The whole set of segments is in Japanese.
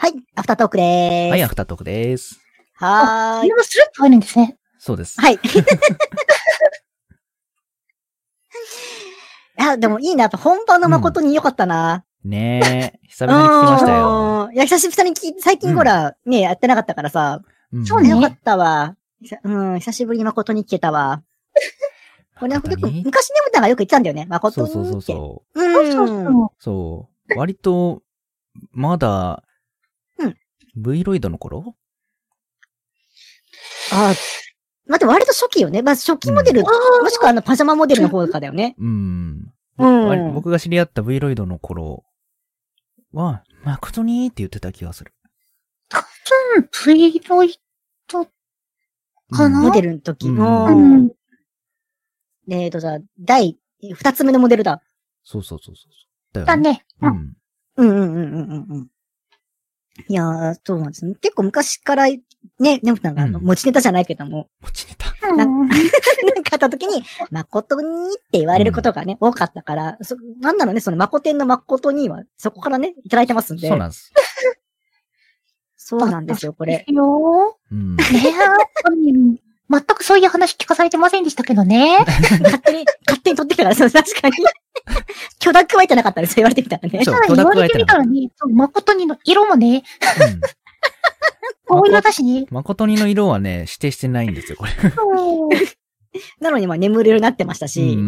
はい、アフタートークでーす。 はい、アフタートークです。 はーい。 でもスルッと入るんですね。 そうです。 はい。いや、でもいいな、やっぱ本番の誠に良かったな。 ねえ、久々に聞きましたよ。 いや、久々に最近ほら、ね、やってなかったからさ。 そうね。 よかったわ。久しぶりに誠に聞けたわ。これよく、昔ねぶたがよく言ってたんだよね。誠にって。 そう。そう。割と、まだ、Vroid の頃待って、割と初期よね。まあ、初期モデル、もしくはパジャマモデルの方かだよね。 僕が知り合った Vroid の頃は、誠にって言ってた気がする。 Vroid かな、 モデルの時の、じゃあ、第2つ目のモデルだ。 そう。 だね。 いやー、そうなんですね。結構昔から、ね、ねむたんが持ちネタじゃないけども。 持ちネタ。 なんかあった時に、誠にって言われることがね、多かったから、なんなのね、その誠の誠には、そこからね、いただいてますんで。 そうなんです。 そうなんですよ、これ。 全くそういう話聞かされてませんでしたけどね。 勝手に取ってきたから、確かに。許諾はえてなかったです、言われてみたらね。 ただ言われてみたらね、誠にの色もね、青色だしね。 誠にの色はね、指定してないんですよ、これ。 なのに、眠れるようになってましたし。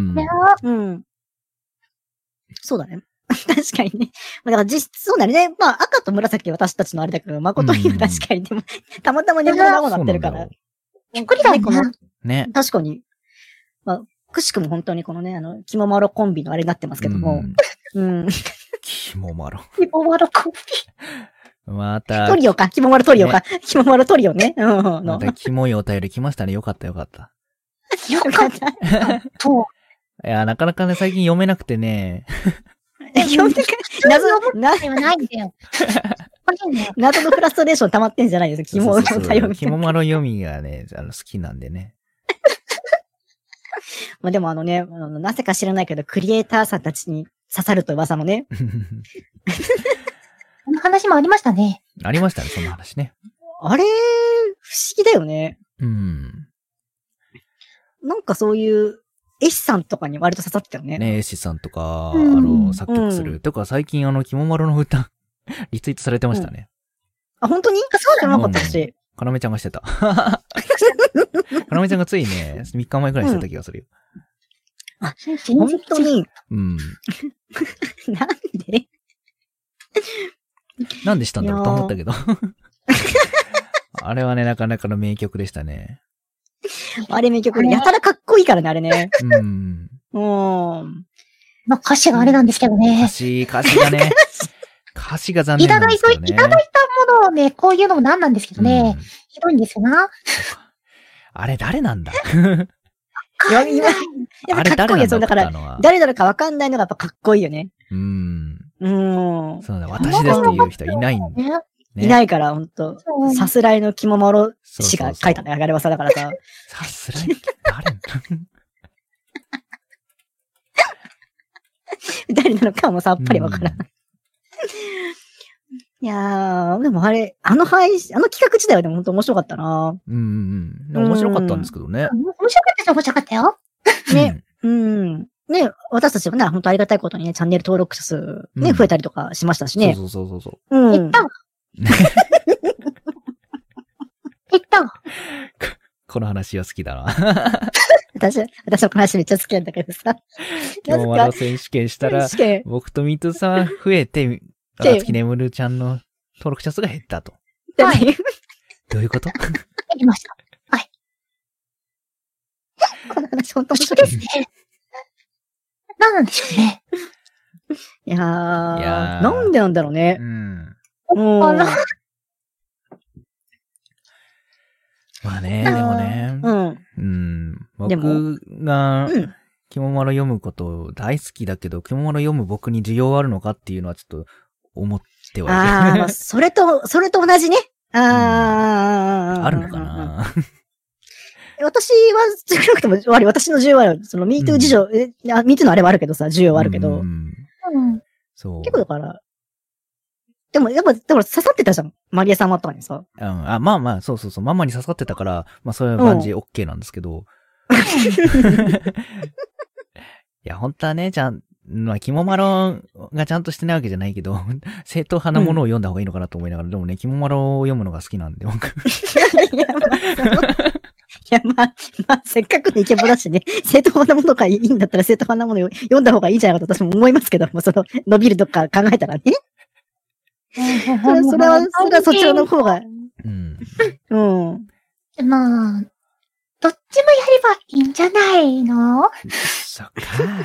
そうだね。確かにね。だから実質そうだね。赤と紫私たちのあれだけど、誠には確かに、でも、たまたま眠れるようになってるから。 びっくりだね。 ね。 確かに。くしくも本当にこのね、キモマロコンビのあれになってますけども。 キモマロ。 キモマロコンビ。 また。 トリオか。キモマロトリオか。キモマロトリオね。 またキモいお便り来ましたね。よかった。 よかった。 いや、なかなかね、最近読めなくてね。 読めなくて、 ないんだよ。 謎のフラストレーション溜まってんじゃないですか。キモマロ読み。 キモマロ読みがね、好きなんでね。 でもなぜか知らないけど、クリエイターさんたちに刺さると噂のね。 その話もありましたね。 ありましたね、その話ね。 あれ、不思議だよね。なんかそういう、絵師さんとかに割と刺さってたよね。 ね、絵師さんとか、作曲する。とか、最近キモマロの歌、リツイートされてましたね。 本当にそうじゃなかったし。 かなめちゃんがしてた。かなめちゃんがついね、3日前くらいしてた気がするよ。 本当に。 なんでしたんだろうと思ったけど。あれはね、なかなかの名曲でしたね。 あれ名曲ね。やたらかっこいいからね、あれね。 歌詞があれなんですけどね。 歌詞がね。歌詞が残念なんですよね。 いただいたものをね、こういうのもなんなんですけどね。ひどいんですよな。 あれ誰なんだやっぱかっこいいよ、だから、誰だろうかわかんないのがやっぱかっこいいよね。 そうだ、私ですっていう人いないんだ。 いないから、ほんと。さすらいのキモマロ氏が書いたね、あれはさ、だからさ。 さすらい誰なのかもさっぱりわからない。いやー、でもあれ、企画自体はでもほんと面白かったな。 面白かったんですけどね。 面白かったよ。 ね。ね、私たちもね、ほんとありがたいことにね、チャンネル登録者数ね、増えたりとかしましたしね。 そう。 言ったこの話は好きだな。 私の話めっちゃ好きなんだけどさ。 今日は選手権したら、僕とミートさん増えて、赤月眠るちゃんの登録者数が減ったと。 はい。 どういうこと減りました。はい。 この話本当面白いですね。 何なんでしょうね。 いやー、なんでなんだろうね。 まあね、でもね。僕が、キモマロ読むこと大好きだけど、キモマロ読む僕に需要あるのかっていうのはちょっと思ってはいる。 それと同じね。 あるのかな私は、少なくとも、私の需要はある。その、MeToo 事情、MeToo のあれはあるけどさ、需要はあるけど。 そう。 結構だから、 でも、やっぱ、刺さってたじゃん。マリア様とかにさ。 うん。あ、まあまあ、そうそうそう。ママに刺さってたから、まあそれは万事 OK なんですけど。いや、本当はね、まあ、キモマロがちゃんとしてないわけじゃないけど、正統派なものを読んだ方がいいのかなと思いながら、でもね、キモマロを読むのが好きなんで、僕。 いや、まあ、せっかくのイケボだしね、正統派なものがいいんだったら正統派なものを読んだ方がいいんじゃないかと私も思いますけども、伸びるとか考えたらね。それはそちらの方が。 うん。 うん。 まあ、どっちもやればいいんじゃないの？ そっか。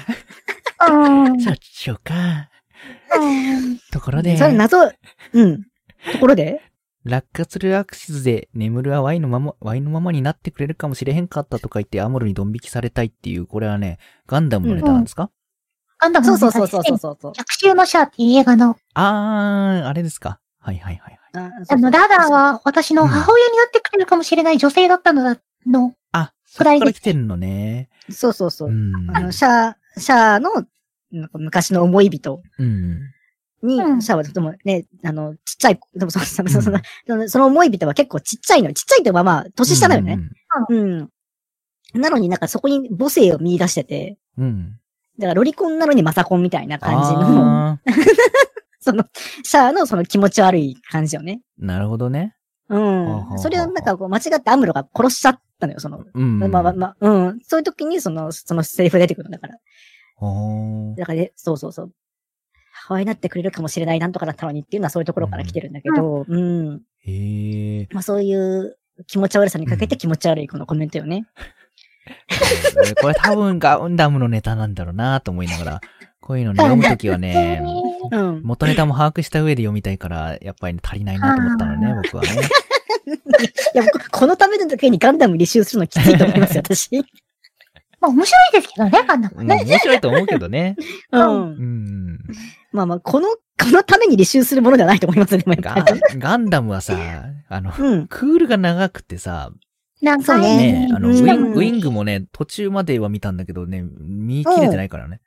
そっか。ところで。 それ謎、ところで落下するアクシズで眠るはワイのままになってくれるかもしれへんかったとか言ってアムロにドン引きされたいっていう、これはね、ガンダムのネタなんですか？ ガンダムのネタですね。 そう。 逆襲のシャアっていう映画の。 あれですか。はい。 ラダーは私の母親になってくれるかもしれない女性だったの。 あ、そこから来てるのね。 そう。シャアの、なんか昔の思い人。に、シャアはとてもね、ちっちゃい、でもその思い人は結構ちっちゃいの。ちっちゃいってまあ、年下だよね。なのになんかそこに母性を見出してて。だからロリコンなのにマサコンみたいな感じの、シャアのその気持ち悪い感じよね。 なるほどね。 それをなんかこう間違ってアムロが殺しちゃったのよ、そういう時にそのセリフ出てくるんだから。だからね、そう。母親になってくれるかもしれないなんとかだったのにっていうのはそういうところから来てるんだけど、まあそういう気持ち悪さにかけて気持ち悪いこのコメントよね。 これ多分ガンダムのネタなんだろうなと思いながら、こういうのね、読むときはね、元ネタも把握した上で読みたいから、やっぱり、ね、足りないなと思ったのね、僕はね。 いや、このための時にガンダム履修するのきついと思いますよ、私。 まあ面白いですけどね、ガンダムね。 面白いと思うけどね。 まあ、このために履修するものじゃないと思いますね、 ガンダムはさ、クールが長くてさ、 なんかね、 ウィングもね、途中までは見たんだけどね、見切れてないからね。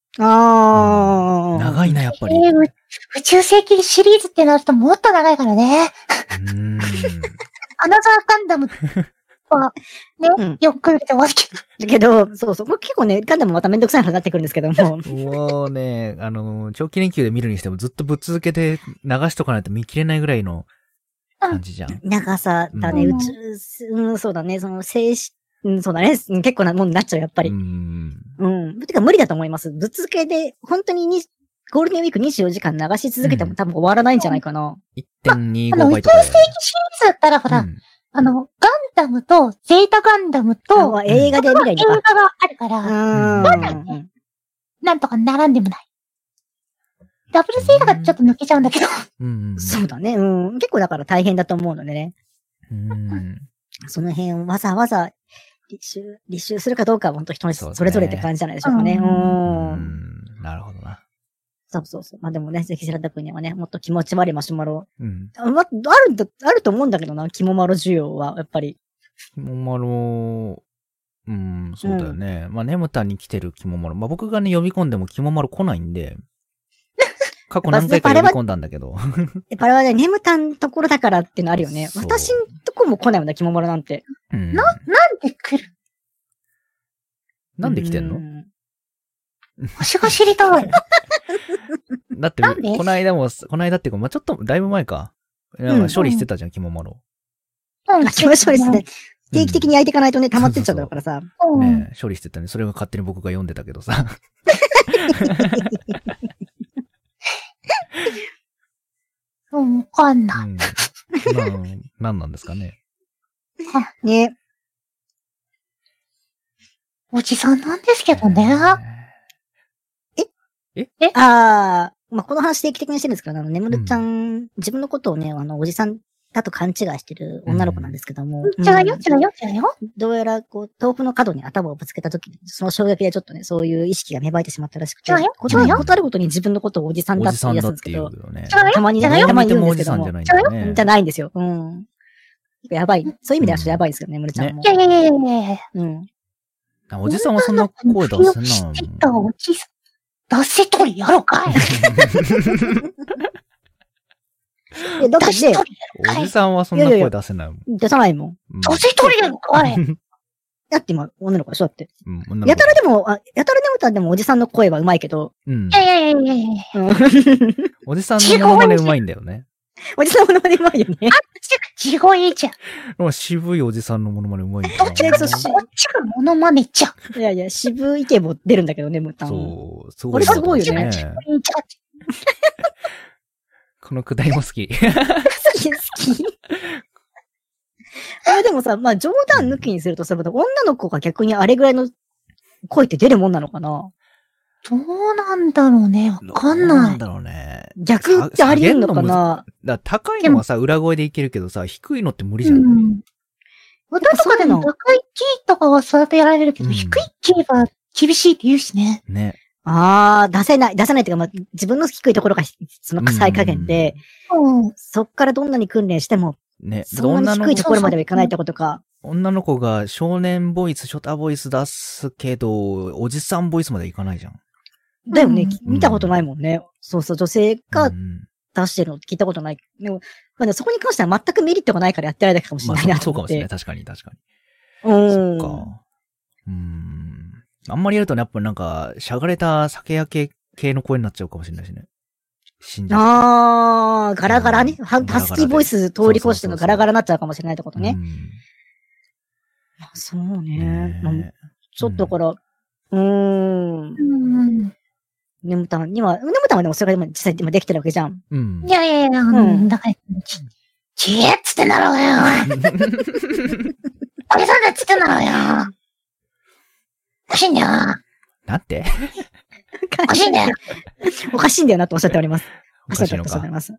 長いな、やっぱり。 宇宙世紀シリーズってなるともっと長いからね。アナザーガンダムは、ね、よく来るてますけど。 だけど、そう。結構ね、ガンダムまためんどくさい話になってくるんですけども。 もうね、長期連休で見るにしてもずっとぶっ続けて流しとかないと見切れないぐらいの感じじゃん。 長さだね、そうだね、そうだね、結構なもんになっちゃう、やっぱり。てか無理だと思います。ぶっ続けで、本当にゴールデンウィーク24時間流し続けても多分終わらないんじゃないかな。 1.25 倍とか。 宇宙世紀シリーズだったらほら、ガンダムと、ゼータガンダムと、 映画で見りゃいいのか。 映画があるから、なんとか並んでもない。ダブルゼータがちょっと抜けちゃうんだけど。 そうだね。結構だから大変だと思うのでね。その辺をわざわざ履修するかどうかは本当人にそれぞれって感じじゃないでしょうかね。 なるほどな。 そう。まあでもね、ぜひセラタ君にはね、もっと気持ち悪いマシュマロ。あると思うんだけどな、キモマロ需要は、やっぱり。 キモマロ、そうだよね。まあ、ネムタに来てるキモマロ。まあ僕がね、呼び込んでもキモマロ来ないんで、過去何回か呼び込んだんだけど。 あれはね、ネムタんところだからっていうのあるよね。私んとこも来ないもんだ、キモマロなんて。 なんで来る？ なんで来てんの？ 私が知りたい。 だって、この間っていうか、まあ、ちょっと、だいぶ前か。処理してたじゃん、キモマロ。 処理してね。定期的に焼いていかないとね、溜まってっちゃうからさ。 ね処理してたね。それが勝手に僕が読んでたけどさ。 わかんない。 なんなんですかね。 ね。 おじさんなんですけどね。 まあ、この話定期的にしてるんですけど、ねむるちゃん、自分のことをね、おじさんだと勘違いしてる女の子なんですけども。 違うよ。 どうやら、豆腐の角に頭をぶつけた時に、その衝撃でちょっとね、そういう意識が芽生えてしまったらしくて。ことあるごとに自分のことをおじさんだって言い出すんですけど。たまに言うんですけども。じゃないんですよ。やばい。そういう意味ではやばいですよね、むるちゃんも。 いや。 おじさんはそんな声出せんな。 出せとりやろかい。 だってね、 おじさんはそんな声出せないもん。 出さないもん。 年取りなのかい。 だって今、女の子でしょだって。やたらでも、やたら眠たんでもおじさんの声は上手いけど。 いや。 おじさんのモノマネ上手いんだよね。 おじさんのモノマネ上手いよね。 地声いいじゃん。 でも渋いおじさんのモノマネ上手いんだよ。 こっちがモノマネじゃん。 いや、渋いけぼ出るんだけどね、ムタン。 そう、 これすごいよね。 このくだりも好き。 好き。あれでもさ、まあ冗談抜きにするとさ、女の子が逆にあれぐらいの声って出るもんなのかな？ どうなんだろうね。わかんない。 なんだろうね。 逆ってありえんのかな？ 高いのはさ、裏声でいけるけどさ、低いのって無理じゃない？ 歌とかでも高いキーとかは育てられるけど、低いキーは厳しいって言うしね。 ね。 出せないっていうか、まあ、自分の低いところがその最下限で、そっからどんなに訓練しても、 ね、 そんなに低いところまではいかないってことか。 女の子が少年ボイス、ショタボイス出すけど、おじさんボイスまでいかないじゃん。 だよね、見たことないもんね。そうそう、女性が出してるの聞いたことない。でも、まあ、そこに関しては全くメリットがないからやってられないかもしれないなと思って。 そうかもしれない。確かに。そっか。あんまりやるとね、やっぱなんか、しゃがれた酒焼け系の声になっちゃうかもしれないしね。死んじゃう。 ガラガラね。ハスキーボイス通り越してのガラガラになっちゃうかもしれないってことね。そうね。ちょっとから、ネムタンはでもそれが実際今できてるわけじゃん。 いや、だから、ちえっつってんだろうよ。おじさんだっつってんだろうよ。おかしいんだよ。 なんておかしいんだよ。 おかしいんだよなとおっしゃっております。 おかしいのか。 おっしゃっております。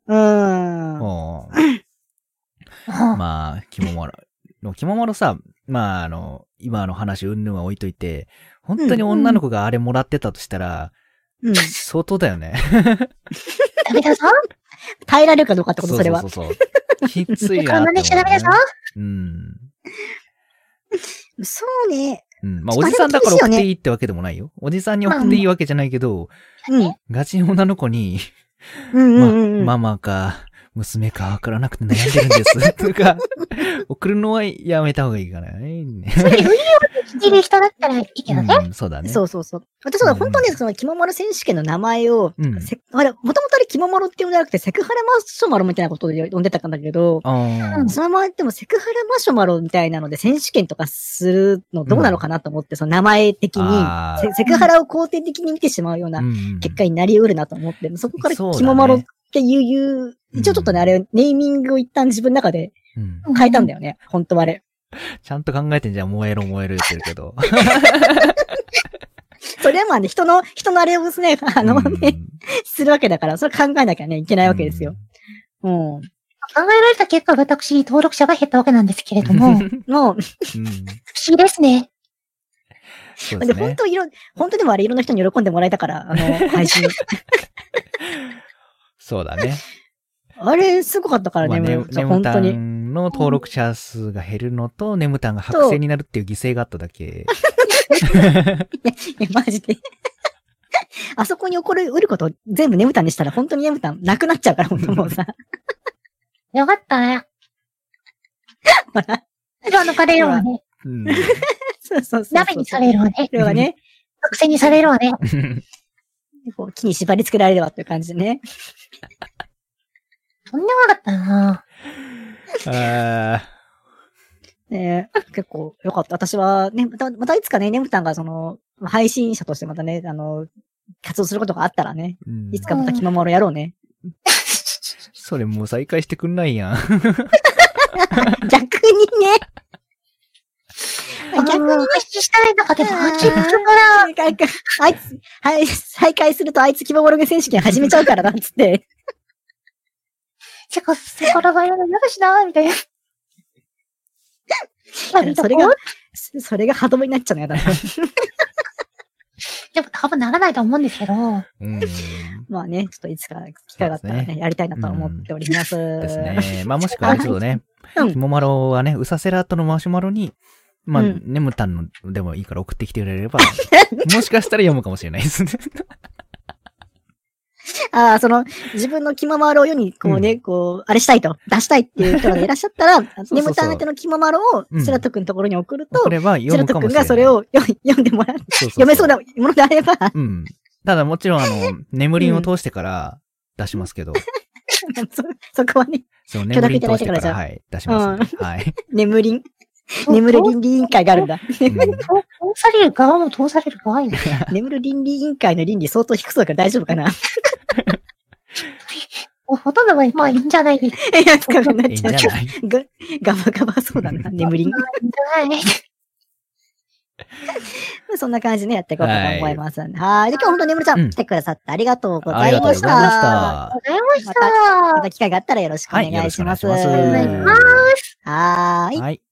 まあ、キモマロさ、まあ今の話うんぬんは置いといて、本当に女の子があれもらってたとしたら、相当だよね。 ダメだぞ。 耐えられるかどうかってこと、それは。 そう。きついな。 こんなにしちゃダメだぞ。 そうね。 まあ、おじさんだから送っていいってわけでもないよ。おじさんに送っていいわけじゃないけど、ガチの女の子に、ママか、娘かわからなくて悩んでるんです。とか、送るのはやめた方がいいかな。 それ、余裕をしている人だったらいいけどね。 そうだね。 そう。私は本当にその、キモマロ選手権の名前を、もともとあれキモマロって呼んでなくて、セクハラマシュマロみたいなことで呼んでたんだけど、そのままでもセクハラマシュマロみたいなので選手権とかするのどうなのかなと思って、その名前的に、セクハラを肯定的に見てしまうような結果になり得るなと思って、そこからキモマロっていう、一応ちょっとね、あれ、ネーミングを一旦自分の中で変えたんだよね。本当はあれ。 ちゃんと考えてんじゃん、燃えろって言うけど。 それはまあね、人のあれをですね、するわけだから、それ考えなきゃね、いけないわけですよ。 考えられた結果、私、登録者が減ったわけなんですけれども。もう、不思議ですね。 そうですね。 本当でもあれいろんな人に喜んでもらえたから、配信。 そうだね。 あれ、すごかったからね、 ネムタンの登録者数が減るのと、ネムタンが剥製になるっていう犠牲があっただけ。 いや、マジで。あそこに売ること全部ネムタンにしたら、本当にネムタンなくなっちゃうから、本当もうさ。 よかったね。今抜かれるわね。 そう。 鍋にされるわね。 それはね。 特製にされるわね。 木に縛り付けられるわっていう感じでね。 とんでもなかったな結構良かった。私はね、またいつかね、ネムタンが配信者としてまたね、活動することがあったらね、いつかまたキモマロやろうね。 それもう再開してくんないやん。 逆にね。 逆にしたいのかでも、 再開するとあいつキモマロゲ選手権始めちゃうからな、つって。 セクハラがやだしな、みたいな。 それが歯止めになっちゃうのやだな。 でも多分ならないと思うんですけど。 まあね、ちょっといつか機会があったらね、やりたいなと思っております。 ですね。まあもしくはちょっとね、キモマロはね、ウサセラートのマシュマロに、まあ、ネムタンのでもいいから送ってきてくれれば、もしかしたら読むかもしれないですね。 自分の気ままろを世に、こうね、あれしたいと、出したいっていう人がいらっしゃったら、ネムちゃん宛ての気ままろをセラト君のところに送ると、セラト君がそれを読んでもらう。読めそうなものであれば。 ただもちろん眠りんを通してから出しますけど。 そこはね。 そう、眠りん通してから、はい、出します。はい。 眠る倫理委員会があるんだ。 通される側も通される側に。 眠る倫理委員会の倫理相当低そうだから大丈夫かな。 ほとんどはまあいいんじゃないですか。 いや、つかなっちゃう。ガバガバそうだな、眠りん。そんな感じでやっていこうかと思います。はい。で、今日本当に眠るちゃん来てくださってありがとうございました。 ありがとうございました。 また機会があったらよろしくお願いします。 お願いします。 はい。